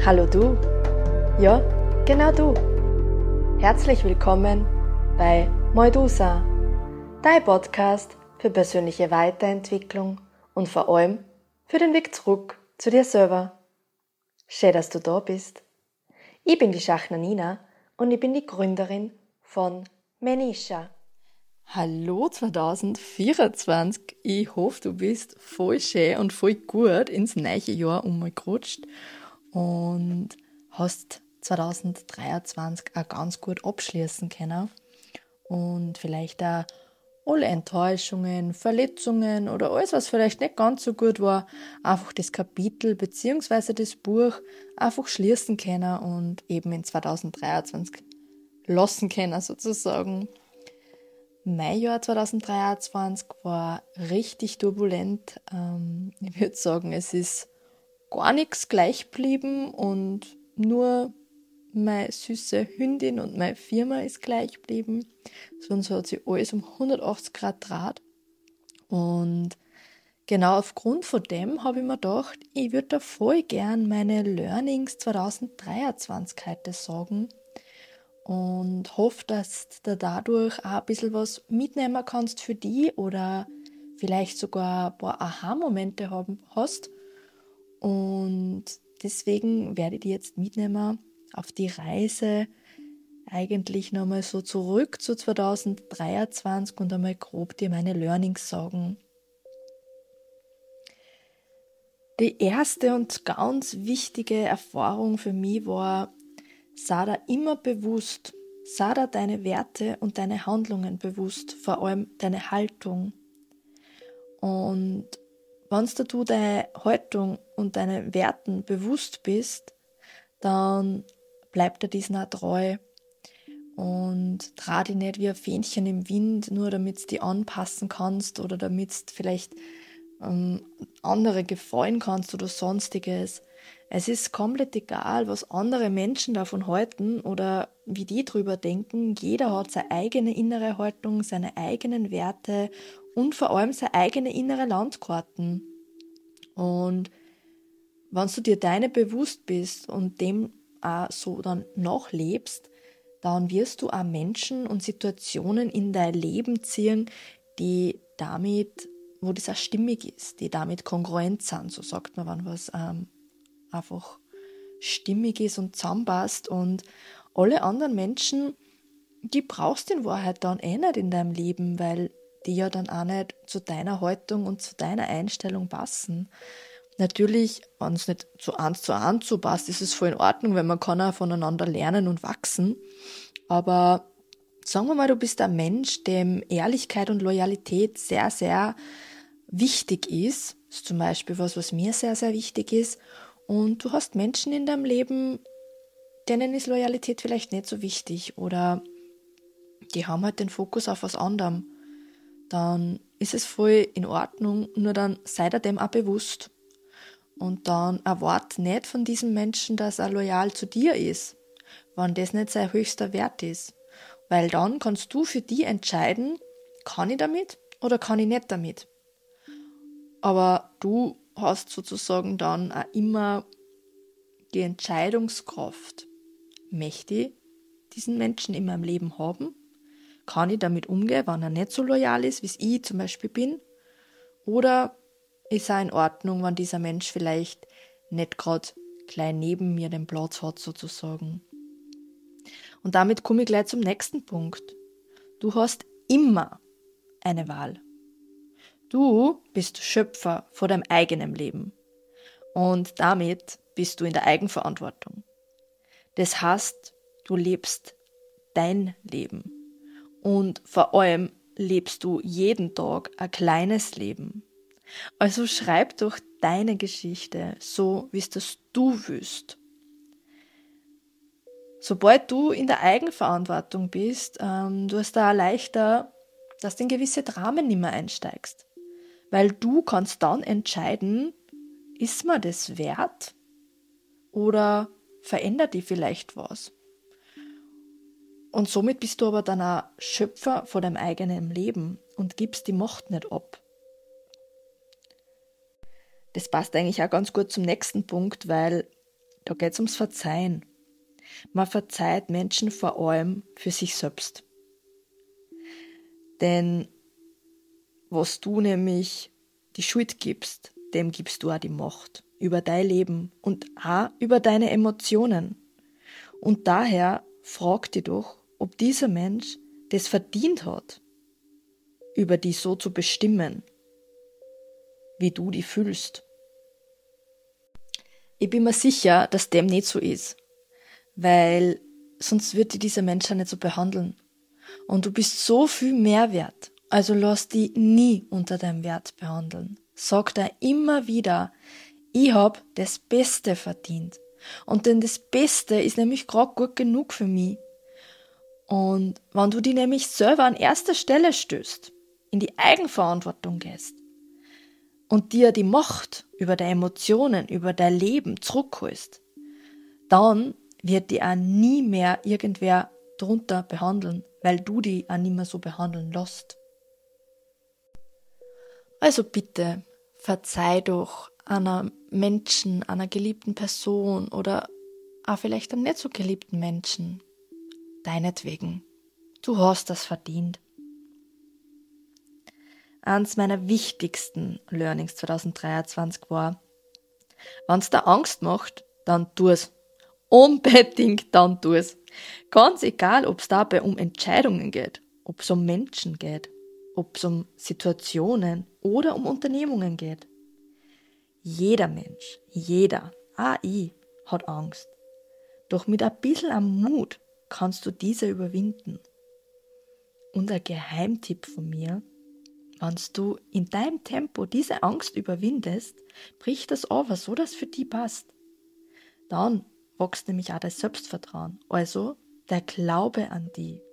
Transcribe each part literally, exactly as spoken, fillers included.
Hallo du, ja, genau du. Herzlich willkommen bei Moidusa, dein Podcast für persönliche Weiterentwicklung und vor allem für den Weg zurück zu dir selber. Schön, dass du da bist. Ich bin die Schachner Nina und ich bin die Gründerin von Menisha. Hallo zwanzig vierundzwanzig, ich hoffe, du bist voll schön und voll gut ins neue Jahr umgerutscht und hast zwanzig dreiundzwanzig auch ganz gut abschließen können und vielleicht auch alle Enttäuschungen, Verletzungen oder alles, was vielleicht nicht ganz so gut war, einfach das Kapitel bzw. das Buch einfach schließen können und eben in zwanzig dreiundzwanzig lassen können sozusagen. Mein Jahr zwanzig dreiundzwanzig war richtig turbulent. Ähm, ich würde sagen, es ist gar nichts gleich geblieben und nur meine süße Hündin und meine Firma ist gleich geblieben. Sonst hat sich alles um hundertachtzig Grad gedreht. Und genau aufgrund von dem habe ich mir gedacht, ich würde da voll gern meine Learnings zwanzig dreiundzwanzig heute sagen. Und hoffe, dass du dadurch auch ein bisschen was mitnehmen kannst für dich oder vielleicht sogar ein paar Aha-Momente haben hast. Und deswegen werde ich dich jetzt mitnehmen auf die Reise eigentlich nochmal so zurück zu zwanzig dreiundzwanzig und einmal grob dir meine Learnings sagen. Die erste und ganz wichtige Erfahrung für mich war, sei dir immer bewusst, sei dir deine Werte und deine Handlungen bewusst, vor allem deine Haltung. Und wenn du deine Haltung und deine Werten bewusst bist, dann bleibt dir diesen auch treu und trau dich nicht wie ein Fähnchen im Wind, nur damit du dich anpassen kannst oder damit du vielleicht ähm, andere gefallen kannst oder sonstiges. Es ist komplett egal, was andere Menschen davon halten oder wie die drüber denken. Jeder hat seine eigene innere Haltung, seine eigenen Werte und vor allem seine eigene innere Landkarten. Und wenn du dir deine bewusst bist und dem auch so dann nachlebst, dann wirst du auch Menschen und Situationen in dein Leben ziehen, die damit, wo das auch stimmig ist, die damit kongruent sind, so sagt man, wenn was ähm, einfach stimmig ist und zusammenpasst. Und alle anderen Menschen, die brauchst du in Wahrheit dann eh nicht in deinem Leben, weil die ja dann auch nicht zu deiner Haltung und zu deiner Einstellung passen. Natürlich, wenn es nicht zu eins zu eins so passt, ist es voll in Ordnung, weil man kann auch voneinander lernen und wachsen. Aber sagen wir mal, du bist ein Mensch, dem Ehrlichkeit und Loyalität sehr, sehr wichtig ist. Das ist zum Beispiel was, was mir sehr, sehr wichtig ist. Und du hast Menschen in deinem Leben, denen ist Loyalität vielleicht nicht so wichtig oder die haben halt den Fokus auf was anderem. Dann ist es voll in Ordnung, nur dann sei dir dem auch bewusst. Und dann erwarte nicht von diesem Menschen, dass er loyal zu dir ist, wenn das nicht sein höchster Wert ist. Weil dann kannst du für dich entscheiden, kann ich damit oder kann ich nicht damit. Aber du hast sozusagen dann auch immer die Entscheidungskraft. Möchte ich diesen Menschen in meinem Leben haben? Kann ich damit umgehen, wenn er nicht so loyal ist, wie ich zum Beispiel bin? Oder ist er in Ordnung, wenn dieser Mensch vielleicht nicht gerade gleich neben mir den Platz hat, sozusagen? Und damit komme ich gleich zum nächsten Punkt. Du hast immer eine Wahl. Du bist Schöpfer von deinem eigenen Leben. Und damit bist du in der Eigenverantwortung. Das heißt, du lebst dein Leben. Und vor allem lebst du jeden Tag ein kleines Leben. Also schreib doch deine Geschichte so, wie es das du willst. Sobald du in der Eigenverantwortung bist, ähm, du hast da leichter, dass du in gewisse Dramen nicht mehr einsteigst. Weil du kannst dann entscheiden, ist mir das wert oder verändert die vielleicht was? Und somit bist du aber dann auch Schöpfer von deinem eigenen Leben und gibst die Macht nicht ab. Das passt eigentlich auch ganz gut zum nächsten Punkt, weil da geht es ums Verzeihen. Man verzeiht Menschen vor allem für sich selbst. Denn was du nämlich die Schuld gibst, dem gibst du auch die Macht über dein Leben und auch über deine Emotionen. Und daher frag dich doch, ob dieser Mensch das verdient hat, über dich so zu bestimmen, wie du dich fühlst. Ich bin mir sicher, dass dem nicht so ist, weil sonst würde dieser Mensch ja nicht so behandeln. Und du bist so viel mehr wert, also lass dich nie unter deinem Wert behandeln. Sag dir immer wieder, ich hab das Beste verdient. Und denn das Beste ist nämlich gerade gut genug für mich. Und wenn du dich nämlich selber an erster Stelle stößt, in die Eigenverantwortung gehst und dir die Macht über deine Emotionen, über dein Leben zurückholst, dann wird dich auch nie mehr irgendwer drunter behandeln, weil du dich auch nicht mehr so behandeln lässt. Also bitte, verzeih doch einer Menschen, einer geliebten Person oder auch vielleicht einem nicht so geliebten Menschen. Deinetwegen. Du hast das verdient. Eins meiner wichtigsten Learnings zwanzig dreiundzwanzig war, wenn's dir Angst macht, dann tu es. Unbedingt dann tu es. Ganz egal, ob es dabei um Entscheidungen geht, ob es um Menschen geht, ob es um Situationen oder um Unternehmungen geht. Jeder Mensch, jeder, auch ich, hat Angst. Doch mit ein bisschen am Mut kannst du diese überwinden. Und ein Geheimtipp von mir, wenn du in deinem Tempo diese Angst überwindest, bricht das over, so dass es für dich passt. Dann wächst nämlich auch dein Selbstvertrauen, also der Glaube an dich.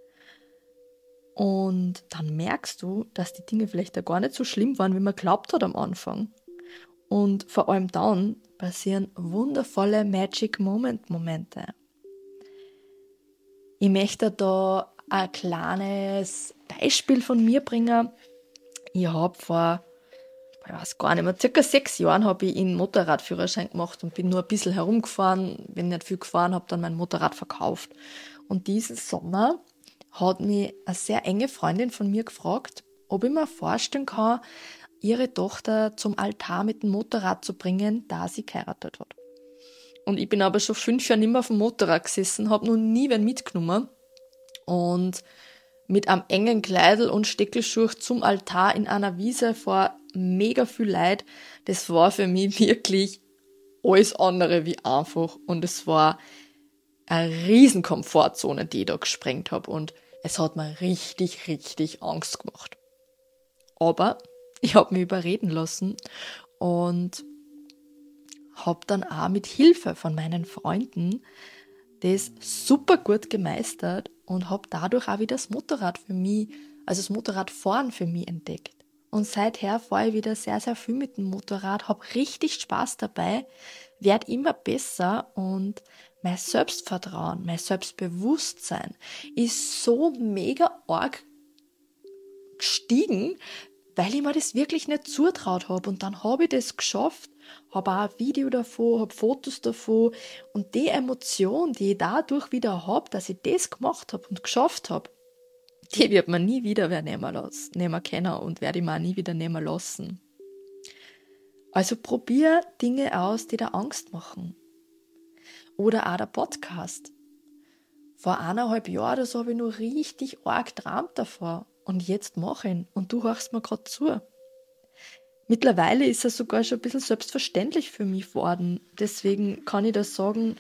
Und dann merkst du, dass die Dinge vielleicht ja gar nicht so schlimm waren, wie man glaubt hat am Anfang. Und vor allem dann passieren wundervolle Magic Moment Momente. Ich möchte da ein kleines Beispiel von mir bringen. Ich habe vor, ich weiß gar nicht mehr, circa sechs Jahren habe ich einen Motorradführerschein gemacht und bin nur ein bisschen herumgefahren. Bin nicht viel gefahren, habe dann mein Motorrad verkauft. Und diesen Sommer hat mich eine sehr enge Freundin von mir gefragt, ob ich mir vorstellen kann, ihre Tochter zum Altar mit dem Motorrad zu bringen, da sie geheiratet hat. Und ich bin aber schon fünf Jahre nicht mehr auf dem Motorrad gesessen, habe noch nie wen mitgenommen. Und mit einem engen Kleidel und Steckelschuh zum Altar in einer Wiese vor mega viel Leid, das war für mich wirklich alles andere wie einfach. Und es war eine riesen Komfortzone, die ich da gesprengt habe. Und es hat mir richtig, richtig Angst gemacht. Aber ich habe mich überreden lassen und habe dann auch mit Hilfe von meinen Freunden das super gut gemeistert und habe dadurch auch wieder das Motorrad für mich, also das Motorradfahren für mich entdeckt. Und seither fahre ich wieder sehr, sehr viel mit dem Motorrad, habe richtig Spaß dabei, werde immer besser und mein Selbstvertrauen, mein Selbstbewusstsein ist so mega arg gestiegen, weil ich mir das wirklich nicht zutraut habe. Und dann habe ich das geschafft, habe auch ein Video davon, habe Fotos davon. Und die Emotion, die ich dadurch wieder habe, dass ich das gemacht habe und geschafft habe, die wird man nie wieder wer nehmen lassen, nehmen können und werde ich mir auch nie wieder nehmen lassen. Also probier Dinge aus, die dir Angst machen. Oder auch der Podcast. Vor eineinhalb Jahren oder so habe ich noch richtig arg geträumt davon. Und jetzt mache ich ihn. Und du hörst mir gerade zu. Mittlerweile ist er sogar schon ein bisschen selbstverständlich für mich geworden. Deswegen kann ich das sagen,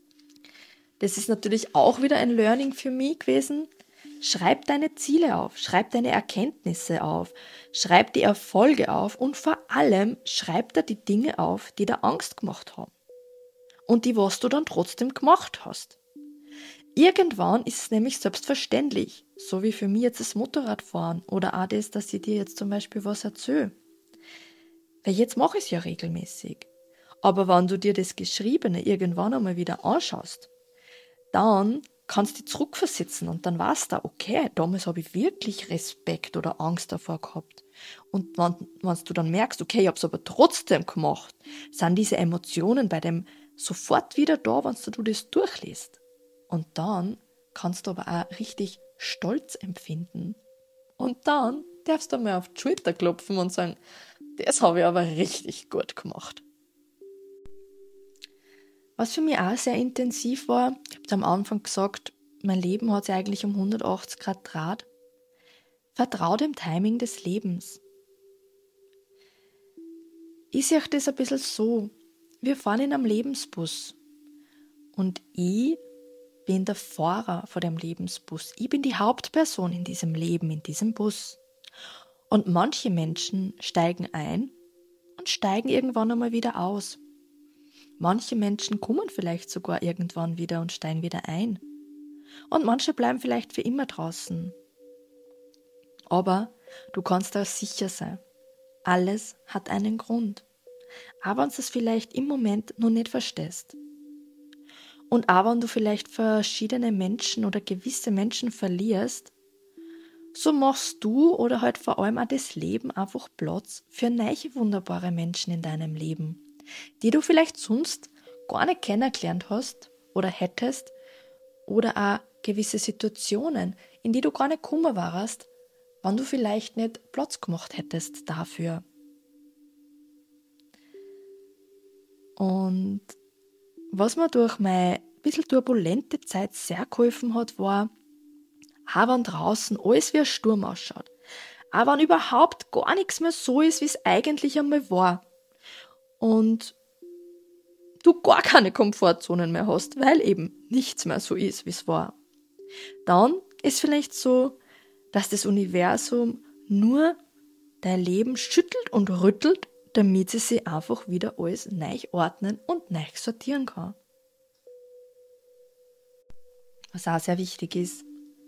das ist natürlich auch wieder ein Learning für mich gewesen. Schreib deine Ziele auf, schreib deine Erkenntnisse auf, schreib die Erfolge auf und vor allem schreib dir die Dinge auf, die dir Angst gemacht haben. Und die, was du dann trotzdem gemacht hast. Irgendwann ist es nämlich selbstverständlich, so wie für mich jetzt das Motorradfahren oder auch das, dass ich dir jetzt zum Beispiel was erzähle. Weil jetzt mache ich es ja regelmäßig. Aber wenn du dir das Geschriebene irgendwann einmal wieder anschaust, dann kannst du dich zurückversetzen und dann weißt du, okay, damals habe ich wirklich Respekt oder Angst davor gehabt. Und wenn, wenn du dann merkst, okay, ich habe es aber trotzdem gemacht, sind diese Emotionen bei dem sofort wieder da, wenn du das durchliest. Und dann kannst du aber auch richtig Stolz empfinden. Und dann darfst du mal auf die Schulter klopfen und sagen, das habe ich aber richtig gut gemacht. Was für mich auch sehr intensiv war, ich habe am Anfang gesagt, mein Leben hat sich eigentlich um hundertachtzig Grad gedreht. Vertrau dem Timing des Lebens. Ich sehe das ein bisschen so, wir fahren in einem Lebensbus und ich bin der Fahrer von dem Lebensbus. Ich bin die Hauptperson in diesem Leben, in diesem Bus. Und manche Menschen steigen ein und steigen irgendwann einmal wieder aus. Manche Menschen kommen vielleicht sogar irgendwann wieder und steigen wieder ein. Und manche bleiben vielleicht für immer draußen. Aber du kannst da sicher sein. Alles hat einen Grund. Auch wenn du es vielleicht im Moment noch nicht verstehst. Und auch wenn du vielleicht verschiedene Menschen oder gewisse Menschen verlierst, so machst du oder halt vor allem auch das Leben einfach Platz für neue wunderbare Menschen in deinem Leben, die du vielleicht sonst gar nicht kennengelernt hast oder hättest oder auch gewisse Situationen, in die du gar nicht gekommen warst, wenn du vielleicht nicht Platz gemacht hättest dafür. Und was mir durch meine ein bisschen turbulente Zeit sehr geholfen hat, war, auch wenn draußen alles wie ein Sturm ausschaut, auch wenn überhaupt gar nichts mehr so ist, wie es eigentlich einmal war und du gar keine Komfortzonen mehr hast, weil eben nichts mehr so ist, wie es war, dann ist vielleicht so, dass das Universum nur dein Leben schüttelt und rüttelt, damit sie sich einfach wieder alles neu ordnen und neu sortieren kann. Was auch sehr wichtig ist,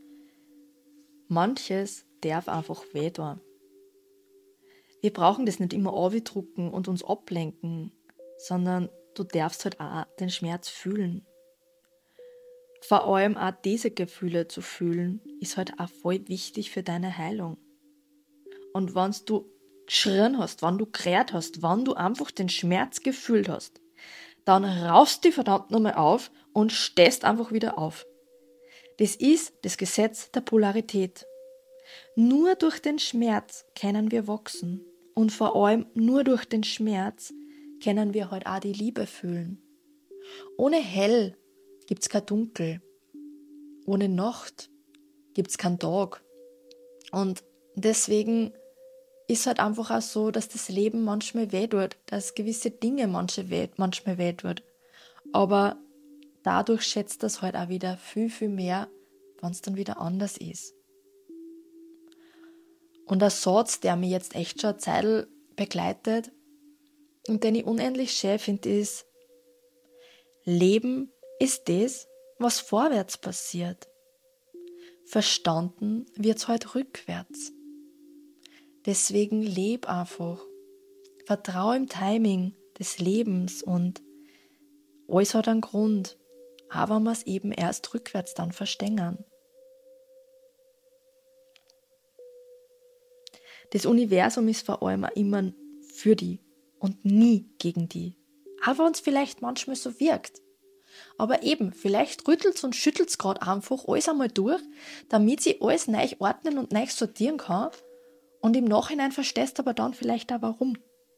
manches darf einfach weh tun. Wir brauchen das nicht immer aufdrucken und uns ablenken, sondern du darfst halt auch den Schmerz fühlen. Vor allem auch diese Gefühle zu fühlen, ist halt auch voll wichtig für deine Heilung. Und wenn du geschrien hast, wenn du gerät hast, wenn du einfach den Schmerz gefühlt hast, dann raust dich verdammt nochmal auf und stehst einfach wieder auf. Das ist das Gesetz der Polarität. Nur durch den Schmerz können wir wachsen. Und vor allem nur durch den Schmerz können wir halt auch die Liebe fühlen. Ohne Hell gibt's kein Dunkel. Ohne Nacht gibt's keinen Tag. Und deswegen ist halt einfach auch so, dass das Leben manchmal weh tut, dass gewisse Dinge manchmal weh, manchmal weh tut. Aber dadurch schätzt das halt auch wieder viel, viel mehr, wenn es dann wieder anders ist. Und der Satz, der mich jetzt echt schon eine Zeit begleitet und den ich unendlich schön finde, ist: Leben ist das, was vorwärts passiert. Verstanden wird's halt rückwärts. Deswegen leb einfach. Vertrau im Timing des Lebens und alles hat einen Grund, aber man es eben erst rückwärts dann verstehen. Das Universum ist vor allem auch immer für die und nie gegen die. Auch wenn es vielleicht manchmal so wirkt. Aber eben, vielleicht rüttelt es und schüttelt es gerade einfach alles einmal durch, damit sie alles neu ordnen und neu sortieren kann. Und im Nachhinein verstehst du aber dann vielleicht auch warum.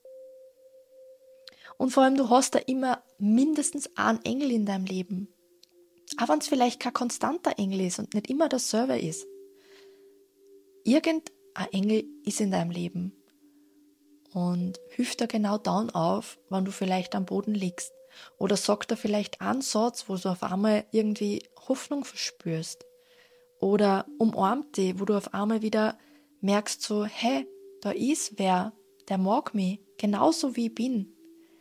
Und vor allem, du hast da immer mindestens einen Engel in deinem Leben. Auch wenn es vielleicht kein konstanter Engel ist und nicht immer derselbe ist. Irgendein Engel ist in deinem Leben und hilft dir genau dann auf, wenn du vielleicht am Boden liegst. Oder sagt dir vielleicht einen Satz, wo du auf einmal irgendwie Hoffnung verspürst. Oder umarmt dich, wo du auf einmal wieder merkst so, hey, da ist wer, der mag mich, genauso wie ich bin.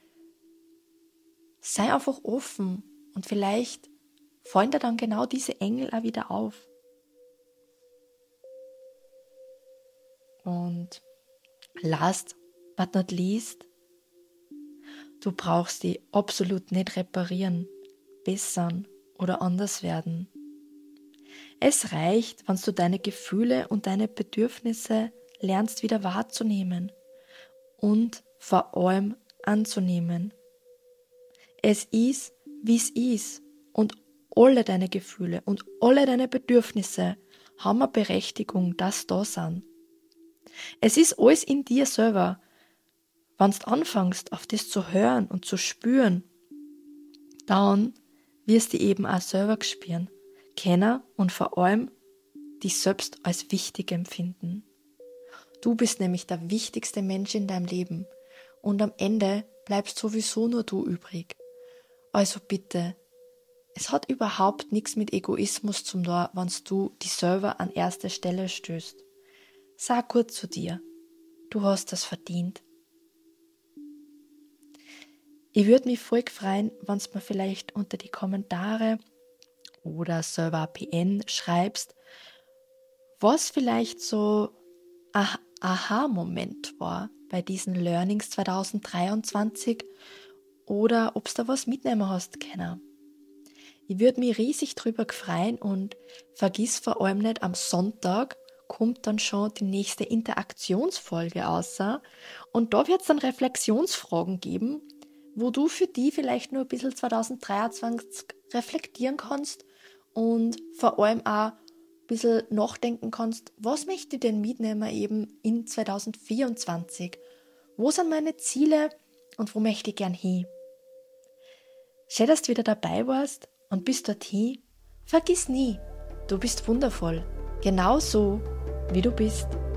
Sei einfach offen und vielleicht fallen dir dann genau diese Engel auch wieder auf. Und last but not least, du brauchst die absolut nicht reparieren, bessern oder anders werden. Es reicht, wenn du deine Gefühle und deine Bedürfnisse lernst wieder wahrzunehmen und vor allem anzunehmen. Es ist, wie es ist. Und alle deine Gefühle und alle deine Bedürfnisse haben eine Berechtigung, dass da sind. Es ist alles in dir selber. Wenn du anfängst, auf das zu hören und zu spüren, dann wirst du eben auch selber spüren, kennen und vor allem dich selbst als wichtig empfinden. Du bist nämlich der wichtigste Mensch in deinem Leben und am Ende bleibst sowieso nur du übrig. Also bitte, es hat überhaupt nichts mit Egoismus zu tun, wenn du dich selber an erste Stelle stößt. Sag gut zu dir, du hast das verdient. Ich würde mich voll freuen, wenn du mir vielleicht unter die Kommentare oder selber P N schreibst, was vielleicht so ein Aha-Moment war bei diesen Learnings zwanzig dreiundzwanzig oder ob du da was mitnehmen hast können. Ich würde mich riesig drüber freuen und vergiss vor allem nicht, am Sonntag kommt dann schon die nächste Interaktionsfolge raus und da wird es dann Reflexionsfragen geben, wo du für die vielleicht nur ein bisschen zwanzig dreiundzwanzig reflektieren kannst und vor allem auch ein bisschen nachdenken kannst, was möchte ich denn mitnehmen eben in zwanzig vierundzwanzig? Wo sind meine Ziele und wo möchte ich gern hin? Schön, dass du wieder dabei warst und bis dorthin, vergiss nie, du bist wundervoll, genauso wie du bist.